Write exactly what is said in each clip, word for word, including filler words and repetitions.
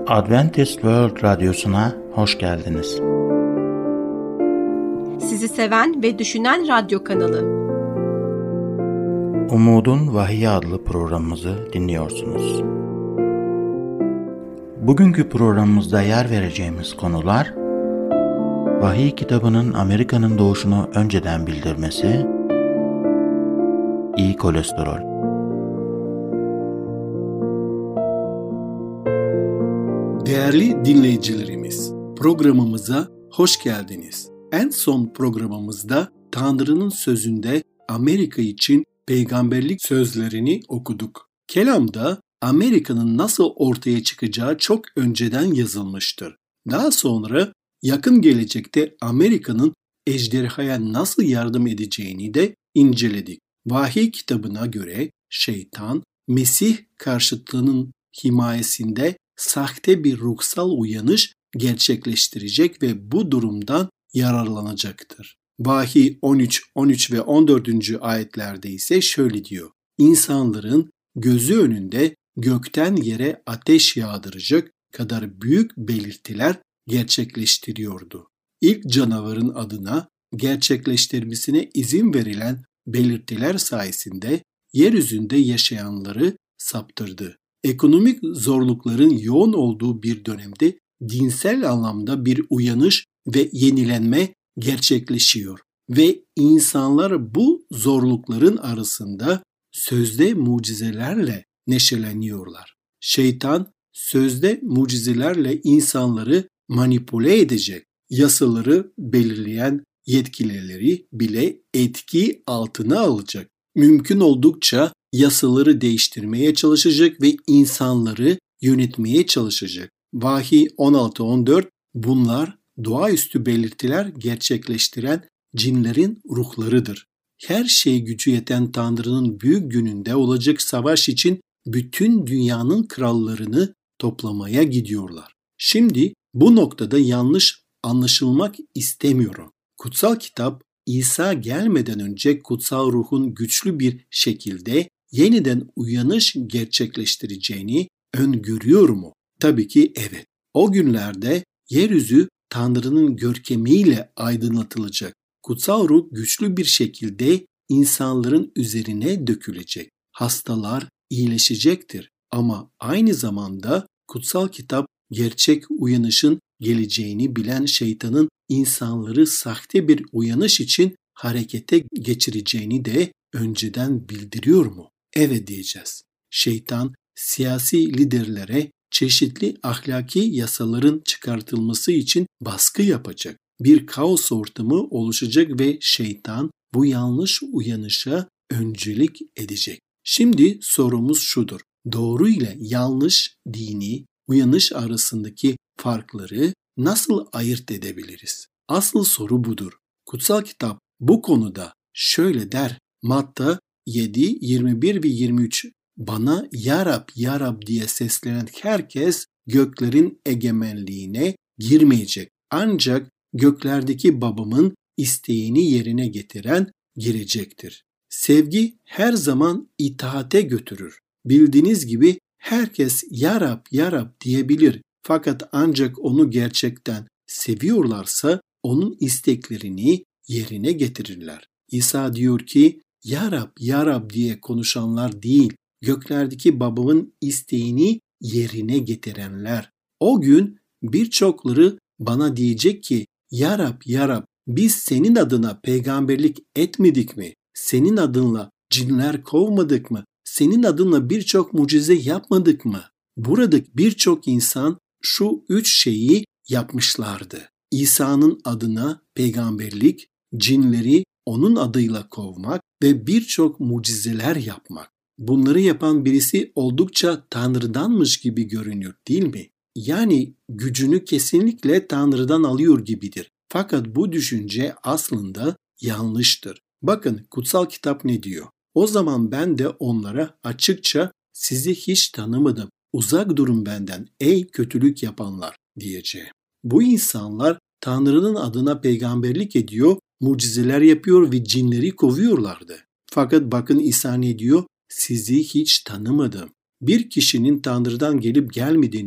Adventist World Radyosu'na hoş geldiniz. Sizi seven ve düşünen radyo kanalı. Umudun Vahiy adlı programımızı dinliyorsunuz. Bugünkü programımızda yer vereceğimiz konular: Vahiy kitabının Amerika'nın doğuşunu önceden bildirmesi, iyi kolesterol. Değerli dinleyicilerimiz, programımıza hoş geldiniz. En son programımızda Tanrı'nın sözünde Amerika için peygamberlik sözlerini okuduk. Kelamda Amerika'nın nasıl ortaya çıkacağı çok önceden yazılmıştır. Daha sonra yakın gelecekte Amerika'nın ejderhaya nasıl yardım edeceğini de inceledik. Vahiy kitabına göre şeytan, Mesih karşıtlığının himayesinde sahte bir ruhsal uyanış gerçekleştirecek ve bu durumdan yararlanacaktır. Vahiy on üç, on üç ve on dördüncü ayetlerde ise şöyle diyor: İnsanların gözü önünde gökten yere ateş yağdıracak kadar büyük belirtiler gerçekleştiriyordu. İlk canavarın adına gerçekleştirmesine izin verilen belirtiler sayesinde yeryüzünde yaşayanları saptırdı. Ekonomik zorlukların yoğun olduğu bir dönemde dinsel anlamda bir uyanış ve yenilenme gerçekleşiyor ve insanlar bu zorlukların arasında sözde mucizelerle neşeleniyorlar. Şeytan sözde mucizelerle insanları manipüle edecek, yasaları belirleyen yetkilileri bile etki altına alacak. Mümkün oldukça yasaları değiştirmeye çalışacak ve insanları yönetmeye çalışacak. Vahiy on altı on dört bunlar doğaüstü belirtiler gerçekleştiren cinlerin ruhlarıdır. Her şeye gücü yeten Tanrı'nın büyük gününde olacak savaş için bütün dünyanın krallarını toplamaya gidiyorlar. Şimdi bu noktada yanlış anlaşılmak istemiyorum. Kutsal kitap İsa gelmeden önce kutsal ruhun güçlü bir şekilde yeniden uyanış gerçekleştireceğini öngörüyor mu? Tabii ki evet. O günlerde yeryüzü Tanrı'nın görkemiyle aydınlatılacak. Kutsal ruh güçlü bir şekilde insanların üzerine dökülecek. Hastalar iyileşecektir. Ama aynı zamanda kutsal kitap gerçek uyanışın geleceğini bilen şeytanın insanları sahte bir uyanış için harekete geçireceğini de önceden bildiriyor mu? Evet diyeceğiz. Şeytan siyasi liderlere çeşitli ahlaki yasaların çıkartılması için baskı yapacak. Bir kaos ortamı oluşacak ve şeytan bu yanlış uyanışa öncülük edecek. Şimdi sorumuz şudur: doğru ile yanlış dini uyanış arasındaki farkları nasıl ayırt edebiliriz? Asıl soru budur. Kutsal kitap bu konuda şöyle der: Matta yedi, yirmi bir ve yirmi üç Bana Ya Rab, Ya Rab diye seslenen herkes göklerin egemenliğine girmeyecek. Ancak göklerdeki babamın isteğini yerine getiren girecektir. Sevgi her zaman itaate götürür. Bildiğiniz gibi herkes Ya Rab, Ya Rab diyebilir. Fakat ancak onu gerçekten seviyorlarsa onun isteklerini yerine getirirler. İsa diyor ki, Ya Rab, Ya Rab diye konuşanlar değil, göklerdeki babamın isteğini yerine getirenler. O gün birçokları bana diyecek ki, Ya Rab, Ya Rab, biz senin adına peygamberlik etmedik mi? Senin adınla cinler kovmadık mı? Senin adınla birçok mucize yapmadık mı? Burada birçok insan şu üç şeyi yapmışlardı. İsa'nın adına peygamberlik, cinleri onun adıyla kovmak ve birçok mucizeler yapmak. Bunları yapan birisi oldukça Tanrı'danmış gibi görünüyor, değil mi? Yani gücünü kesinlikle Tanrı'dan alıyor gibidir. Fakat bu düşünce aslında yanlıştır. Bakın kutsal kitap ne diyor? O zaman ben de onlara açıkça sizi hiç tanımadım, uzak durun benden ey kötülük yapanlar diyeceğim. Bu insanlar Tanrı'nın adına peygamberlik ediyor, mucizeler yapıyor ve cinleri kovuyorlardı. Fakat bakın İsa ne diyor? Sizi hiç tanımadım. Bir kişinin Tanrı'dan gelip gelmediğini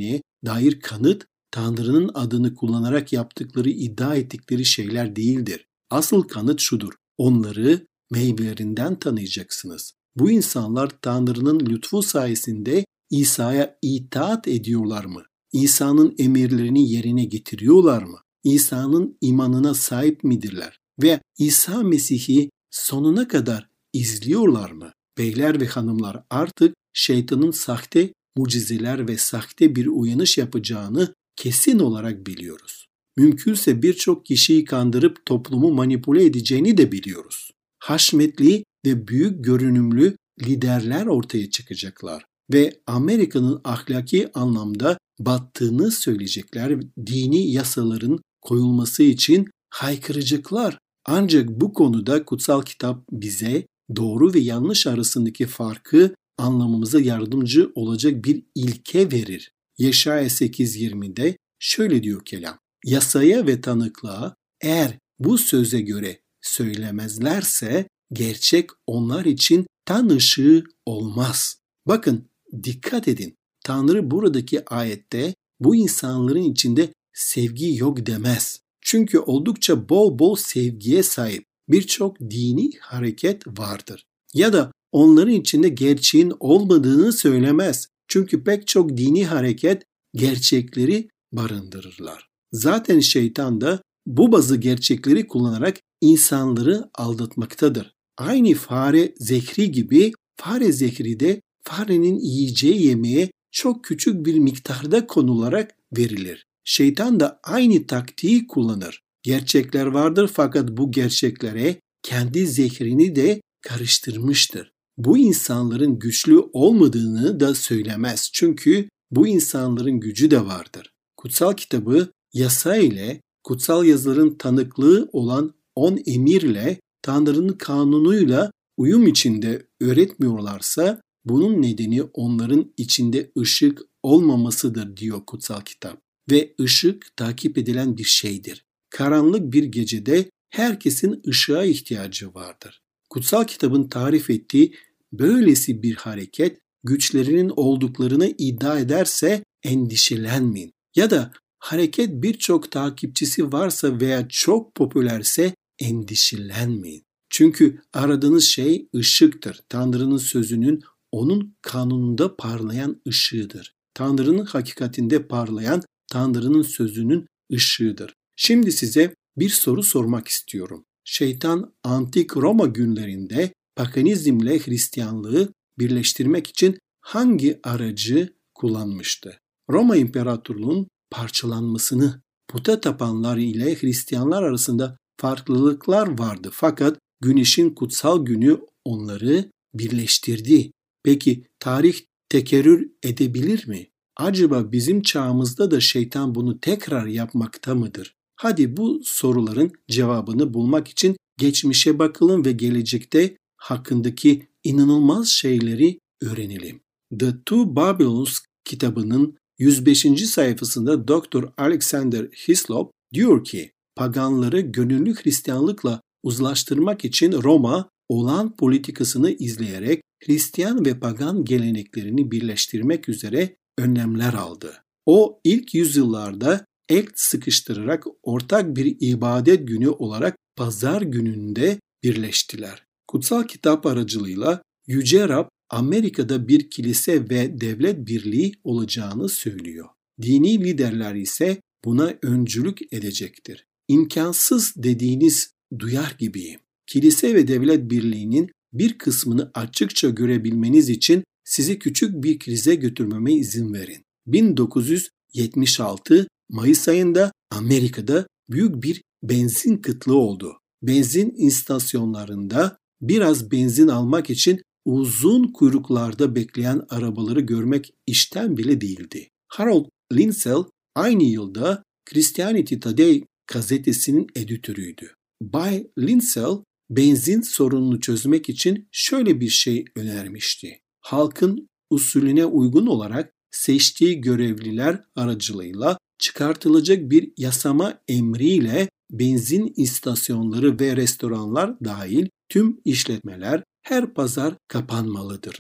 dair kanıt, Tanrı'nın adını kullanarak yaptıkları iddia ettikleri şeyler değildir. Asıl kanıt şudur: onları meyvelerinden tanıyacaksınız. Bu insanlar Tanrı'nın lütfu sayesinde İsa'ya itaat ediyorlar mı? İsa'nın emirlerini yerine getiriyorlar mı? İsa'nın imanına sahip midirler? Ve İsa Mesih'i sonuna kadar izliyorlar mı? Beyler ve hanımlar, artık şeytanın sahte mucizeler ve sahte bir uyanış yapacağını kesin olarak biliyoruz. Mümkünse birçok kişiyi kandırıp toplumu manipüle edeceğini de biliyoruz. Haşmetli ve büyük görünümlü liderler ortaya çıkacaklar ve Amerika'nın ahlaki anlamda battığını söyleyecekler, dini yasaların koyulması için haykıracaklar. Ancak bu konuda kutsal kitap bize doğru ve yanlış arasındaki farkı anlamamıza yardımcı olacak bir ilke verir. Yeşaya sekiz yirmide şöyle diyor kelam: yasaya ve tanıklığa eğer bu söze göre söylemezlerse gerçek onlar için tan ışığı olmaz. Bakın, dikkat edin. Tanrı buradaki ayette bu insanların içinde sevgi yok demez. Çünkü oldukça bol bol sevgiye sahip birçok dini hareket vardır. Ya da onların içinde gerçeğin olmadığını söylemez. Çünkü pek çok dini hareket gerçekleri barındırırlar. Zaten şeytan da bu bazı gerçekleri kullanarak insanları aldatmaktadır. Aynı fare zehri gibi fare zehri de farenin yiyeceği yemeğe çok küçük bir miktarda konularak verilir. Şeytan da aynı taktiği kullanır. Gerçekler vardır fakat bu gerçeklere kendi zehrini de karıştırmıştır. Bu insanların güçlü olmadığını da söylemez. Çünkü bu insanların gücü de vardır. Kutsal kitabı yasa ile, kutsal yazıların tanıklığı olan on emirle, Tanrı'nın kanunuyla uyum içinde öğretmiyorlarsa bunun nedeni onların içinde ışık olmamasıdır diyor kutsal kitap. Ve ışık takip edilen bir şeydir. Karanlık bir gecede herkesin ışığa ihtiyacı vardır. Kutsal kitabın tarif ettiği böylesi bir hareket güçlerinin olduklarını iddia ederse endişelenmeyin. Ya da hareket birçok takipçisi varsa veya çok popülerse endişelenmeyin. Çünkü aradığınız şey ışıktır. Tanrı'nın sözünün onun kanununda parlayan ışığıdır. Tanrı'nın hakikatinde parlayan Tanrı'nın sözünün ışığıdır. Şimdi size bir soru sormak istiyorum. Şeytan antik Roma günlerinde paganizmle Hristiyanlığı birleştirmek için hangi aracı kullanmıştı? Roma İmparatorluğu'nun parçalanmasını, puta tapanlar ile Hristiyanlar arasında farklılıklar vardı fakat güneşin kutsal günü onları birleştirdi. Peki tarih tekerrür edebilir mi? Acaba bizim çağımızda da şeytan bunu tekrar yapmakta mıdır? Hadi bu soruların cevabını bulmak için geçmişe bakalım ve gelecekte hakkındaki inanılmaz şeyleri öğrenelim. The Two Babylons kitabının yüz beşinci sayfasında doktor Alexander Hislop diyor ki, paganları gönüllü Hristiyanlıkla uzlaştırmak için Roma olağan politikasını izleyerek Hristiyan ve pagan geleneklerini birleştirmek üzere önlemler aldı. O ilk yüzyıllarda el sıkıştırarak ortak bir ibadet günü olarak pazar gününde birleştiler. Kutsal kitap aracılığıyla Yüce Rab Amerika'da bir kilise ve devlet birliği olacağını söylüyor. Dini liderler ise buna öncülük edecektir. İmkansız dediğiniz duyar gibiyim. Kilise ve devlet birliğinin bir kısmını açıkça görebilmeniz için sizi küçük bir krize götürmeme izin verin. bin dokuz yüz yetmiş altı Mayıs ayında Amerika'da büyük bir benzin kıtlığı oldu. Benzin istasyonlarında biraz benzin almak için uzun kuyruklarda bekleyen arabaları görmek işten bile değildi. Harold Linsell aynı yılda Christianity Today gazetesinin editörüydü. Bay Linsell benzin sorununu çözmek için şöyle bir şey önermişti. Halkın usulüne uygun olarak seçtiği görevliler aracılığıyla çıkartılacak bir yasama emriyle benzin istasyonları ve restoranlar dahil tüm işletmeler her pazar kapanmalıdırlar.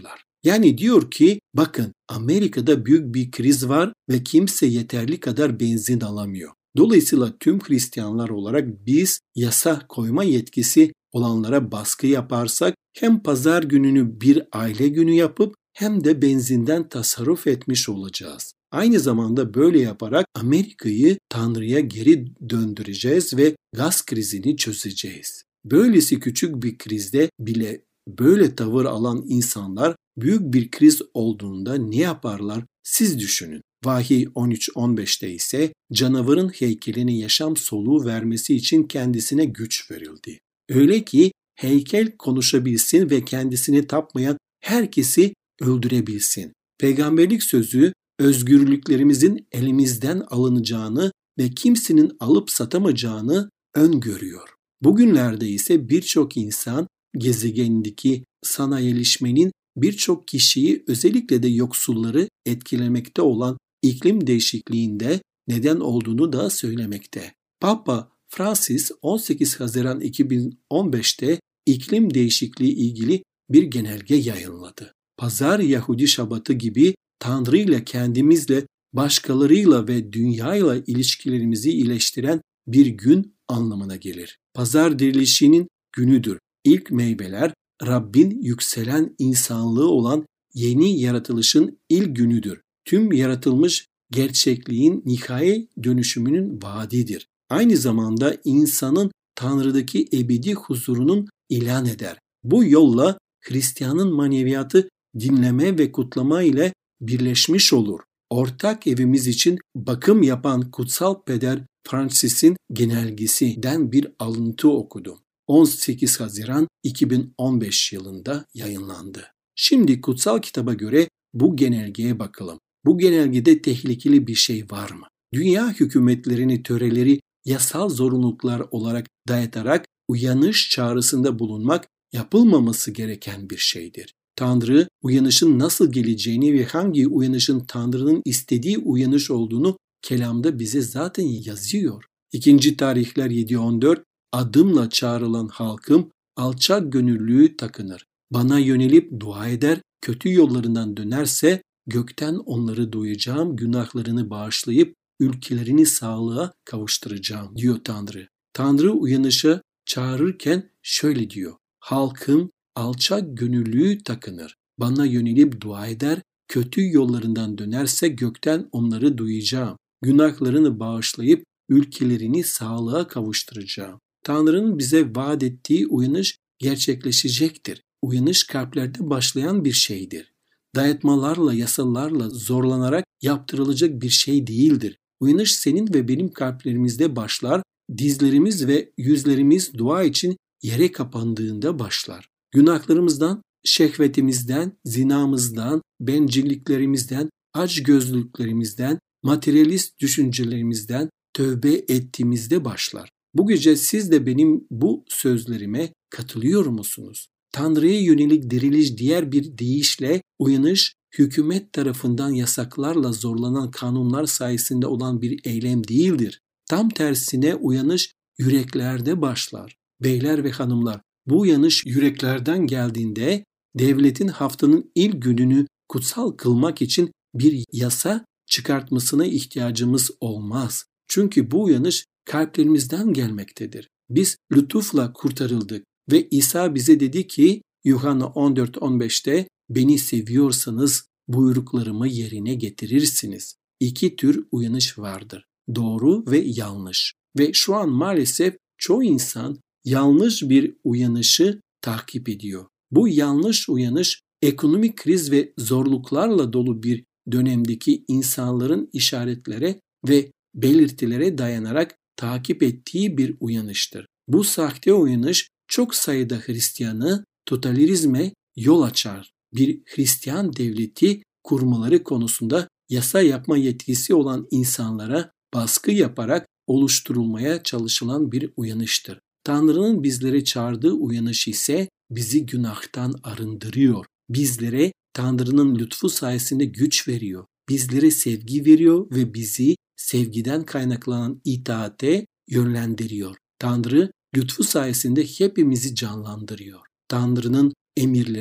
Yani diyor ki bakın Amerika'da büyük bir kriz var ve kimse yeterli kadar benzin alamıyor. Dolayısıyla tüm Hristiyanlar olarak biz yasa koyma yetkisi olanlara baskı yaparsak hem pazar gününü bir aile günü yapıp hem de benzinden tasarruf etmiş olacağız. Aynı zamanda böyle yaparak Amerika'yı Tanrı'ya geri döndüreceğiz ve gaz krizini çözeceğiz. Böylesi küçük bir krizde bile böyle tavır alan insanlar büyük bir kriz olduğunda ne yaparlar? Siz düşünün. Vahiy on üç on beşte ise canavarın heykeline yaşam soluğu vermesi için kendisine güç verildi. Öyle ki heykel konuşabilsin ve kendisine tapmayan herkesi öldürebilsin. Peygamberlik sözü özgürlüklerimizin elimizden alınacağını ve kimsenin alıp satamayacağını öngörüyor. Bugünlerde ise birçok insan gezegendeki sanayileşmenin birçok kişiyi özellikle de yoksulları etkilemekte olan iklim değişikliğinde neden olduğunu da söylemekte. Papa Francis on sekiz Haziran iki bin on beşte iklim değişikliği ilgili bir genelge yayınladı. Pazar Yahudi Şabatı gibi Tanrı ile kendimizle, başkalarıyla ve dünyayla ilişkilerimizi iyileştiren bir gün anlamına gelir. Pazar dirilişinin günüdür. İlk meyveler Rabbin yükselen insanlığı olan yeni yaratılışın ilk günüdür. Tüm yaratılmış gerçekliğin nihai dönüşümünün vaadidir. Aynı zamanda insanın Tanrı'daki ebedi huzurunun ilan eder. Bu yolla Hristiyanın maneviyatı dinleme ve kutlama ile birleşmiş olur. Ortak evimiz için bakım yapan Kutsal Peder Francis'in genelgesinden bir alıntı okudum. on sekiz Haziran iki bin on beş yılında yayınlandı. Şimdi kutsal kitaba göre bu genelgeye bakalım. Bu genelgede tehlikeli bir şey var mı? Dünya hükümetlerini, töreleri yasal zorunluluklar olarak dayatarak uyanış çağrısında bulunmak yapılmaması gereken bir şeydir. Tanrı uyanışın nasıl geleceğini ve hangi uyanışın Tanrı'nın istediği uyanış olduğunu kelamda bize zaten yazıyor. İkinci Tarihler yedi on dört adımla çağrılan halkım alçak gönüllüğü takınır. Bana yönelip dua eder, kötü yollarından dönerse gökten onları duyacağım, günahlarını bağışlayıp ülkelerini sağlığa kavuşturacağım diyor Tanrı. Tanrı uyanışa çağırırken şöyle diyor. Halkım alçak gönüllüğü takınır. Bana yönelip dua eder, kötü yollarından dönerse gökten onları duyacağım. Günahlarını bağışlayıp ülkelerini sağlığa kavuşturacağım. Tanrı'nın bize vaat ettiği uyanış gerçekleşecektir. Uyanış kalplerde başlayan bir şeydir. Dayatmalarla, yasalarla zorlanarak yaptırılacak bir şey değildir. Uyanış senin ve benim kalplerimizde başlar, dizlerimiz ve yüzlerimiz dua için yere kapandığında başlar. Günahlarımızdan, şehvetimizden, zinamızdan, bencilliklerimizden, açgözlülüklerimizden, materyalist düşüncelerimizden tövbe ettiğimizde başlar. Bu gece siz de benim bu sözlerime katılıyor musunuz? Tanrı'ya yönelik diriliş diğer bir deyişle uyanış, hükümet tarafından yasaklarla zorlanan kanunlar sayesinde olan bir eylem değildir. Tam tersine uyanış yüreklerde başlar. Beyler ve hanımlar, bu uyanış yüreklerden geldiğinde devletin haftanın ilk gününü kutsal kılmak için bir yasa çıkartmasına ihtiyacımız olmaz. Çünkü bu uyanış kalplerimizden gelmektedir. Biz lütufla kurtarıldık ve İsa bize dedi ki Yuhanna on dört on beşte beni seviyorsanız buyruklarımı yerine getirirsiniz. İki tür uyanış vardır. Doğru ve yanlış. Ve şu an maalesef çoğu insan yanlış bir uyanışı takip ediyor. Bu yanlış uyanış ekonomik kriz ve zorluklarla dolu bir dönemdeki insanların işaretlere ve belirtilere dayanarak takip ettiği bir uyanıştır. Bu sahte uyanış çok sayıda Hristiyanı totalitarizme yol açar. Bir Hristiyan devleti kurmaları konusunda yasa yapma yetkisi olan insanlara baskı yaparak oluşturulmaya çalışılan bir uyanıştır. Tanrı'nın bizlere çağırdığı uyanış ise bizi günahtan arındırıyor. Bizlere Tanrı'nın lütfu sayesinde güç veriyor. Bizlere sevgi veriyor ve bizi sevgiden kaynaklanan itaate yönlendiriyor. Tanrı lütfu sayesinde hepimizi canlandırıyor. Tanrı'nın emirleri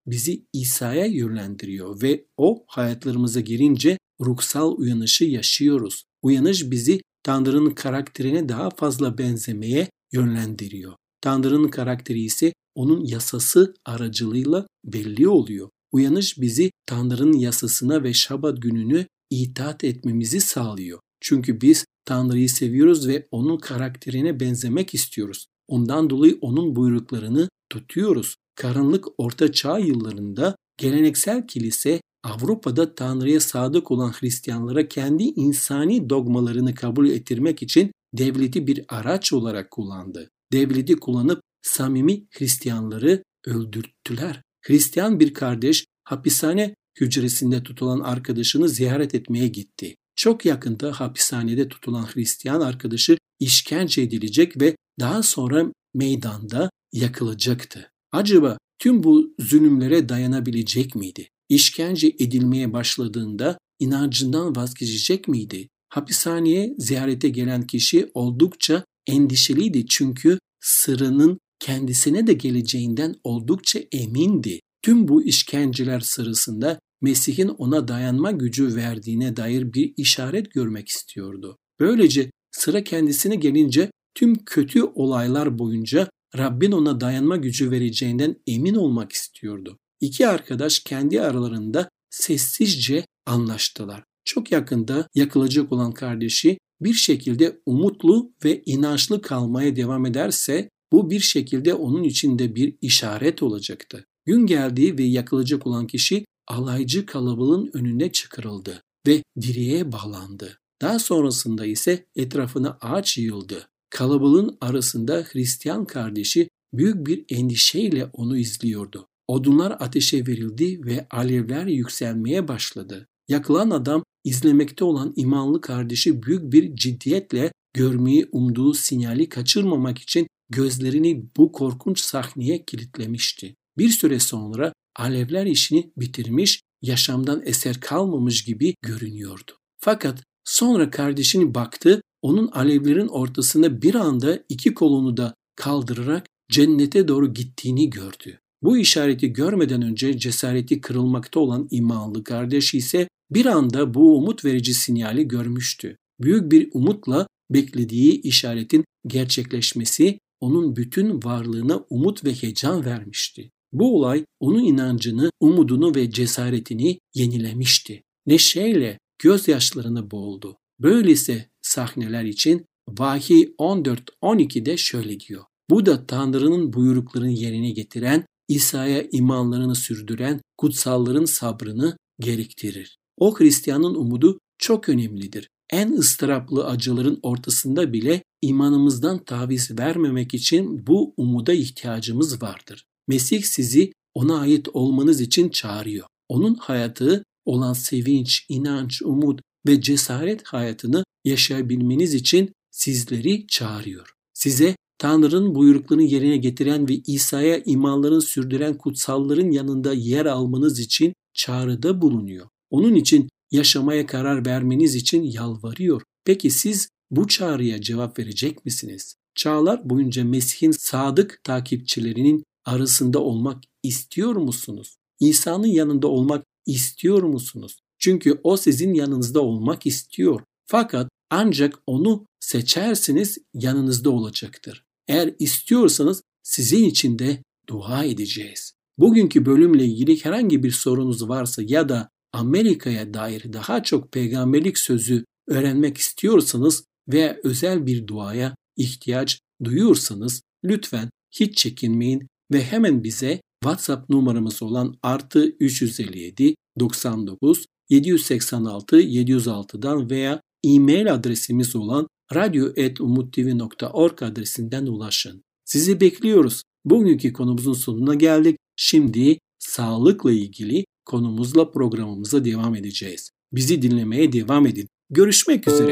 bizi İsa'ya yönlendiriyor ve o hayatlarımıza girince ruhsal uyanışı yaşıyoruz. Uyanış bizi Tanrı'nın karakterine daha fazla benzemeye yönlendiriyor. Tanrı'nın karakteri ise onun yasası aracılığıyla belli oluyor. Uyanış bizi Tanrı'nın yasasına ve Şabat gününü itaat etmemizi sağlıyor. Çünkü biz Tanrı'yı seviyoruz ve onun karakterine benzemek istiyoruz. Ondan dolayı onun buyruklarını tutuyoruz. Karanlık Orta Çağ yıllarında geleneksel kilise Avrupa'da Tanrı'ya sadık olan Hristiyanlara kendi insani dogmalarını kabul ettirmek için devleti bir araç olarak kullandı. Devleti kullanıp samimi Hristiyanları öldürttüler. Hristiyan bir kardeş hapishane hücresinde tutulan arkadaşını ziyaret etmeye gitti. Çok yakında hapishanede tutulan Hristiyan arkadaşı işkence edilecek ve daha sonra meydanda yakılacaktı. Acaba tüm bu zulümlere dayanabilecek miydi? İşkence edilmeye başladığında inancından vazgeçecek miydi? Hapishaneye ziyarete gelen kişi oldukça endişeliydi çünkü sırrının kendisine de geleceğinden oldukça emindi. Tüm bu işkenceler sırasında Mesih'in ona dayanma gücü verdiğine dair bir işaret görmek istiyordu. Böylece sıra kendisine gelince tüm kötü olaylar boyunca Rabbin ona dayanma gücü vereceğinden emin olmak istiyordu. İki arkadaş kendi aralarında sessizce anlaştılar. Çok yakında yakılacak olan kardeşi bir şekilde umutlu ve inançlı kalmaya devam ederse bu bir şekilde onun için de bir işaret olacaktı. Gün geldi ve yakılacak olan kişi alaycı kalabalığın önüne çıkarıldı ve direğe bağlandı. Daha sonrasında ise etrafına ağaç yığıldı. Kalabalığın arasında Hristiyan kardeşi büyük bir endişeyle onu izliyordu. Odunlar ateşe verildi ve alevler yükselmeye başladı. Yakılan adam izlemekte olan imanlı kardeşi büyük bir ciddiyetle görmeyi umduğu sinyali kaçırmamak için gözlerini bu korkunç sahneye kilitlemişti. Bir süre sonra alevler işini bitirmiş, yaşamdan eser kalmamış gibi görünüyordu. Fakat sonra kardeşini baktı, onun alevlerin ortasında bir anda iki kolunu da kaldırarak cennete doğru gittiğini gördü. Bu işareti görmeden önce cesareti kırılmakta olan imanlı kardeş ise bir anda bu umut verici sinyali görmüştü. Büyük bir umutla beklediği işaretin gerçekleşmesi onun bütün varlığına umut ve heyecan vermişti. Bu olay onun inancını, umudunu ve cesaretini yenilemişti. Neşeyle gözyaşlarına boğuldu. Böylesi sahneler için Vahiy on dört on iki'de şöyle diyor. Bu da Tanrı'nın buyruklarını yerine getiren, İsa'ya imanlarını sürdüren kutsalların sabrını gerektirir. O Hristiyanın umudu çok önemlidir. En ıstıraplı acıların ortasında bile imanımızdan taviz vermemek için bu umuda ihtiyacımız vardır. Mesih sizi ona ait olmanız için çağırıyor. Onun hayatı olan sevinç, inanç, umut ve cesaret hayatını yaşayabilmeniz için sizleri çağırıyor. Size Tanrı'nın buyruklarını yerine getiren ve İsa'ya imanlarını sürdüren kutsalların yanında yer almanız için çağrıda bulunuyor. Onun için yaşamaya karar vermeniz için yalvarıyor. Peki siz bu çağrıya cevap verecek misiniz? Çağlar boyunca Mesih'in sadık takipçilerinin arasında olmak istiyor musunuz? İsa'nın yanında olmak istiyor musunuz? Çünkü o sizin yanınızda olmak istiyor. Fakat ancak onu seçerseniz yanınızda olacaktır. Eğer istiyorsanız sizin için de dua edeceğiz. Bugünkü bölümle ilgili herhangi bir sorunuz varsa ya da Amerika'ya dair daha çok peygamberlik sözü öğrenmek istiyorsanız veya özel bir duaya ihtiyaç duyuyorsanız lütfen hiç çekinmeyin ve hemen bize WhatsApp numaramız olan artı üç yüz elli yedi doksan dokuz yedi yüz seksen altı yedi yüz altı'dan veya e-mail adresimiz olan radyo et umuttv nokta org adresinden ulaşın. Sizi bekliyoruz. Bugünkü konumuzun sonuna geldik. Şimdi sağlıkla ilgili konumuzla programımıza devam edeceğiz. Bizi dinlemeye devam edin. Görüşmek üzere.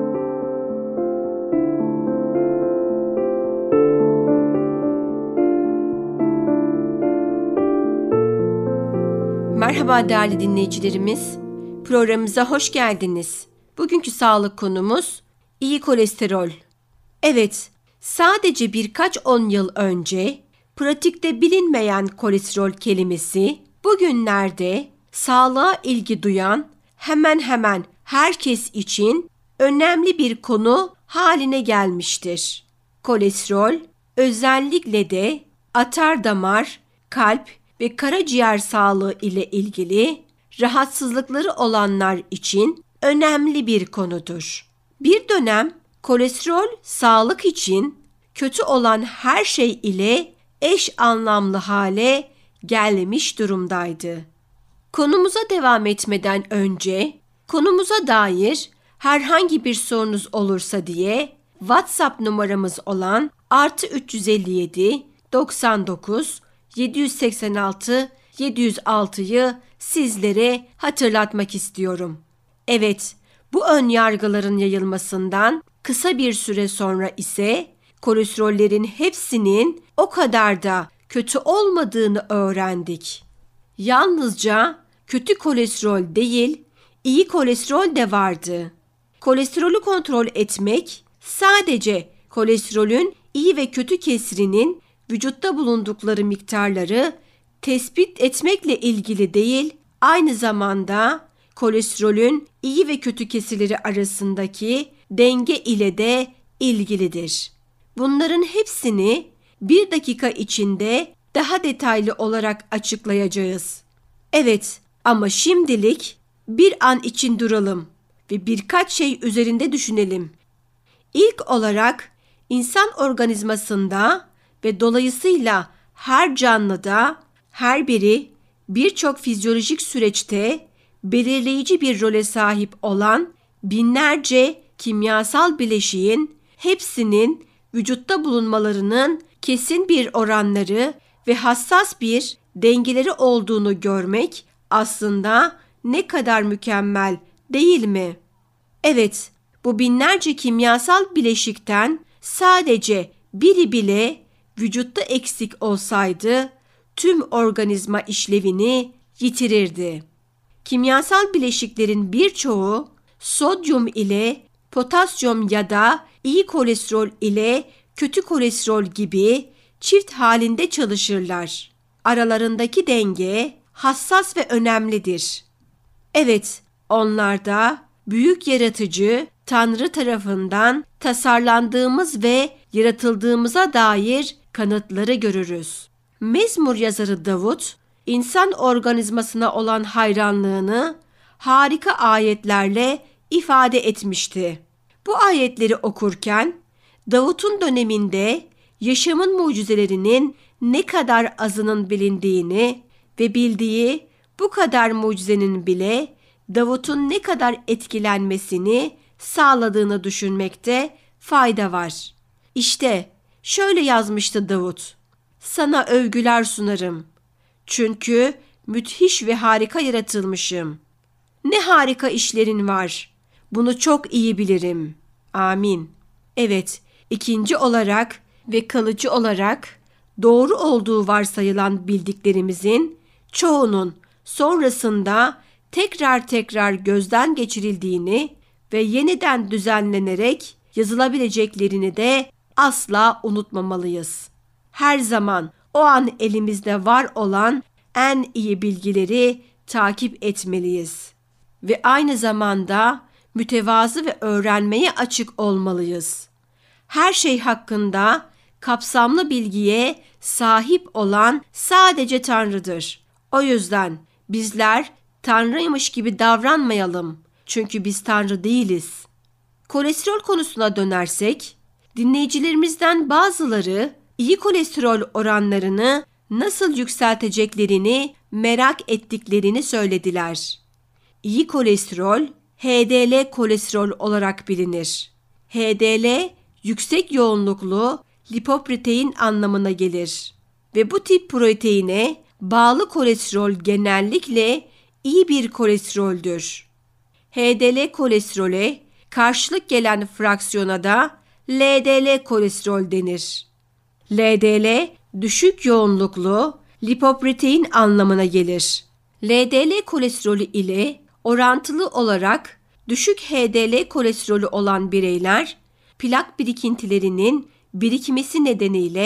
Merhaba değerli dinleyicilerimiz. Programımıza hoş geldiniz. Bugünkü sağlık konumuz iyi kolesterol. Evet, sadece birkaç on yıl önce pratikte bilinmeyen kolesterol kelimesi bugünlerde sağlığa ilgi duyan hemen hemen herkes için önemli bir konu haline gelmiştir. Kolesterol özellikle de atardamar, kalp ve karaciğer sağlığı ile ilgili rahatsızlıkları olanlar için önemli bir konudur. Bir dönem kolesterol sağlık için kötü olan her şey ile eş anlamlı hale gelmiş durumdaydı. Konumuza devam etmeden önce konumuza dair herhangi bir sorunuz olursa diye WhatsApp numaramız olan artı üç yüz elli yedi doksan dokuz yedi yüz seksen altı yedi yüz altı'yı sizlere hatırlatmak istiyorum. Evet, bu ön yargıların yayılmasından kısa bir süre sonra ise kolesterollerin hepsinin o kadar da kötü olmadığını öğrendik. Yalnızca kötü kolesterol değil, iyi kolesterol de vardı. Kolesterolü kontrol etmek sadece kolesterolün iyi ve kötü kesrinin vücutta bulundukları miktarları tespit etmekle ilgili değil, aynı zamanda kolesterolün iyi ve kötü kesirleri arasındaki denge ile de ilgilidir. Bunların hepsini bir dakika içinde daha detaylı olarak açıklayacağız. Evet, ama şimdilik bir an için duralım ve birkaç şey üzerinde düşünelim. İlk olarak insan organizmasında ve dolayısıyla her canlıda her biri birçok fizyolojik süreçte belirleyici bir role sahip olan binlerce kimyasal bileşiğin hepsinin vücutta bulunmalarının kesin bir oranları ve hassas bir dengeleri olduğunu görmek aslında ne kadar mükemmel, değil mi? Evet, bu binlerce kimyasal bileşikten sadece biri bile vücutta eksik olsaydı tüm organizma işlevini yitirirdi. Kimyasal bileşiklerin birçoğu sodyum ile potasyum ya da iyi kolesterol ile kötü kolesterol gibi çift halinde çalışırlar. Aralarındaki denge hassas ve önemlidir. Evet, onlarda büyük yaratıcı Tanrı tarafından tasarlandığımız ve yaratıldığımıza dair kanıtları görürüz. Mezmur yazarı Davut, insan organizmasına olan hayranlığını harika ayetlerle ifade etmişti. Bu ayetleri okurken Davut'un döneminde yaşamın mucizelerinin ne kadar azının bilindiğini ve bildiği bu kadar mucizenin bile Davut'un ne kadar etkilenmesini sağladığını düşünmekte fayda var. İşte şöyle yazmıştı Davut: "Sana övgüler sunarım. Çünkü müthiş ve harika yaratılmışım. Ne harika işlerin var. Bunu çok iyi bilirim. Amin." Evet, ikinci olarak ve kalıcı olarak doğru olduğu varsayılan bildiklerimizin çoğunun sonrasında tekrar tekrar gözden geçirildiğini ve yeniden düzenlenerek yazılabileceklerini de asla unutmamalıyız. Her zaman o an elimizde var olan en iyi bilgileri takip etmeliyiz ve aynı zamanda mütevazı ve öğrenmeye açık olmalıyız. Her şey hakkında kapsamlı bilgiye sahip olan sadece Tanrı'dır. O yüzden bizler Tanrıymış gibi davranmayalım. Çünkü biz Tanrı değiliz. Kolesterol konusuna dönersek, dinleyicilerimizden bazıları iyi kolesterol oranlarını nasıl yükselteceklerini merak ettiklerini söylediler. İyi kolesterol, H D L kolesterol olarak bilinir. H D L, yüksek yoğunluklu lipoprotein anlamına gelir ve bu tip proteine bağlı kolesterol genellikle iyi bir kolesteroldür. H D L kolesterole karşılık gelen fraksiyona da L D L kolesterol denir. L D L düşük yoğunluklu lipoprotein anlamına gelir. L D L kolesterolü ile orantılı olarak düşük H D L kolesterolü olan bireyler plak birikintilerinin birikmesi nedeniyle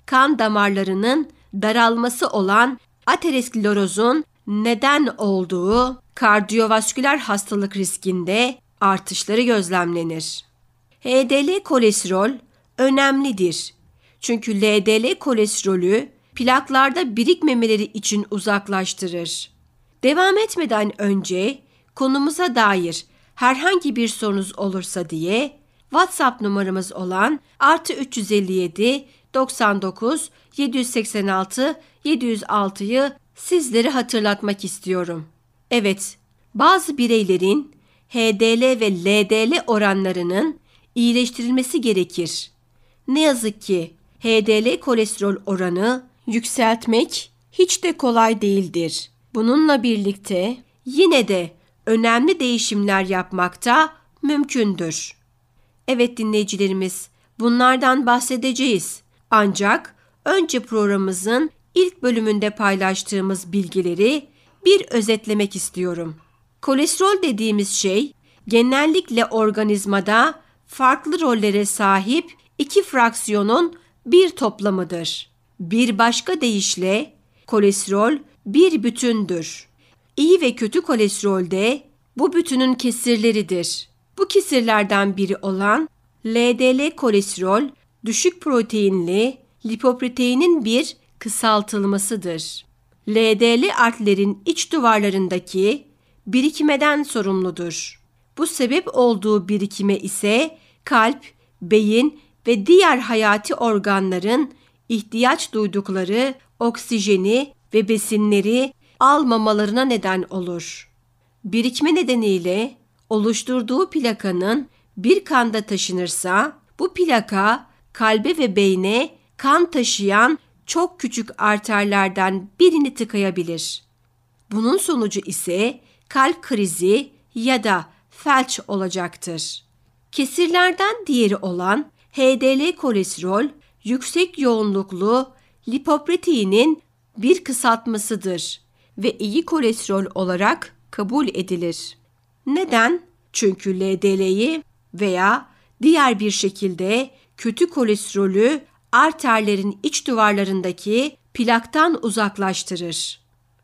kan damarlarının daralması olan aterosklerozun neden olduğu kardiyovasküler hastalık riskinde artışları gözlemlenir. H D L kolesterol önemlidir. Çünkü L D L kolesterolü plaklarda birikmemeleri için uzaklaştırır. Devam etmeden önce konumuza dair herhangi bir sorunuz olursa diye WhatsApp numaramız olan artı üç yüz elli yedi doksan dokuz yedi yüz seksen altı yedi yüz altı'yı sizlere hatırlatmak istiyorum. Evet, bazı bireylerin H D L ve L D L oranlarının iyileştirilmesi gerekir. Ne yazık ki H D L kolesterol oranı yükseltmek hiç de kolay değildir. Bununla birlikte yine de önemli değişimler yapmak da mümkündür. Evet dinleyicilerimiz, bunlardan bahsedeceğiz. Ancak önce programımızın ilk bölümünde paylaştığımız bilgileri bir özetlemek istiyorum. Kolesterol dediğimiz şey genellikle organizmada farklı rollere sahip iki fraksiyonun bir toplamıdır. Bir başka deyişle kolesterol bir bütündür. İyi ve kötü kolesterol de bu bütünün kesirleridir. Bu kesirlerden biri olan L D L kolesterol düşük proteinli lipoproteinin bir kısaltılmasıdır. L D L arterlerin iç duvarlarındaki birikmeden sorumludur. Bu sebep olduğu birikime ise kalp, beyin ve diğer hayati organların ihtiyaç duydukları oksijeni ve besinleri almamalarına neden olur. Birikme nedeniyle oluşturduğu plakanın bir kanda taşınırsa, bu plaka kalbe ve beyne kan taşıyan çok küçük arterlerden birini tıkayabilir. Bunun sonucu ise kalp krizi ya da felç olacaktır. Kesirlerden diğeri olan H D L kolesterol, yüksek yoğunluklu lipoproteinin bir kısaltmasıdır ve iyi kolesterol olarak kabul edilir. Neden? Çünkü L D L'yi veya diğer bir şekilde kötü kolesterolü arterlerin iç duvarlarındaki plaktan uzaklaştırır.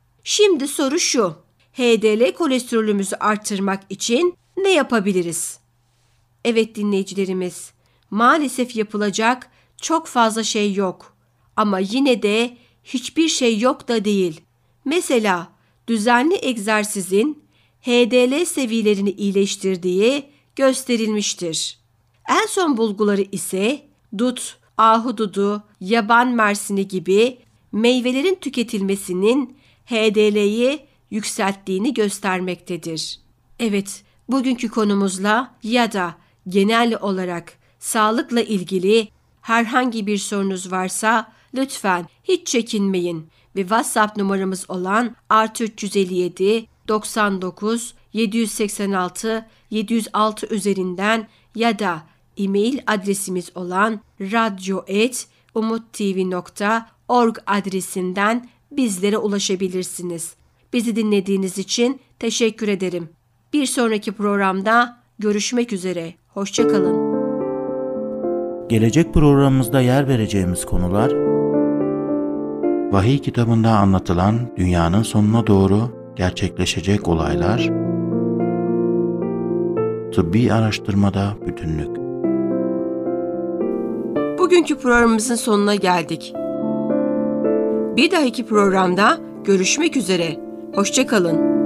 Şimdi soru şu: H D L kolesterolümüzü arttırmak için ne yapabiliriz? Evet dinleyicilerimiz, maalesef yapılacak çok fazla şey yok. Ama yine de hiçbir şey yok da değil. Mesela düzenli egzersizin H D L seviyelerini iyileştirdiği gösterilmiştir. En son bulguları ise dut, ahududu, yaban mersini gibi meyvelerin tüketilmesinin H D L'yi yükselttiğini göstermektedir. Evet, bugünkü konumuzla ya da genel olarak sağlıkla ilgili herhangi bir sorunuz varsa lütfen hiç çekinmeyin ve WhatsApp numaramız olan artı üç yüz elli yedi doksan dokuz yedi yüz seksen altı yedi yüz altı üzerinden ya da e-mail adresimiz olan radyo et umuttv nokta org adresinden bizlere ulaşabilirsiniz. Bizi dinlediğiniz için teşekkür ederim. Bir sonraki programda görüşmek üzere. Hoşça kalın. Gelecek programımızda yer vereceğimiz konular: Vahiy kitabında anlatılan dünyanın sonuna doğru gerçekleşecek olaylar, tıbbi araştırmada bütünlük. Bugünkü programımızın sonuna geldik. Bir dahaki programda görüşmek üzere. Hoşça kalın.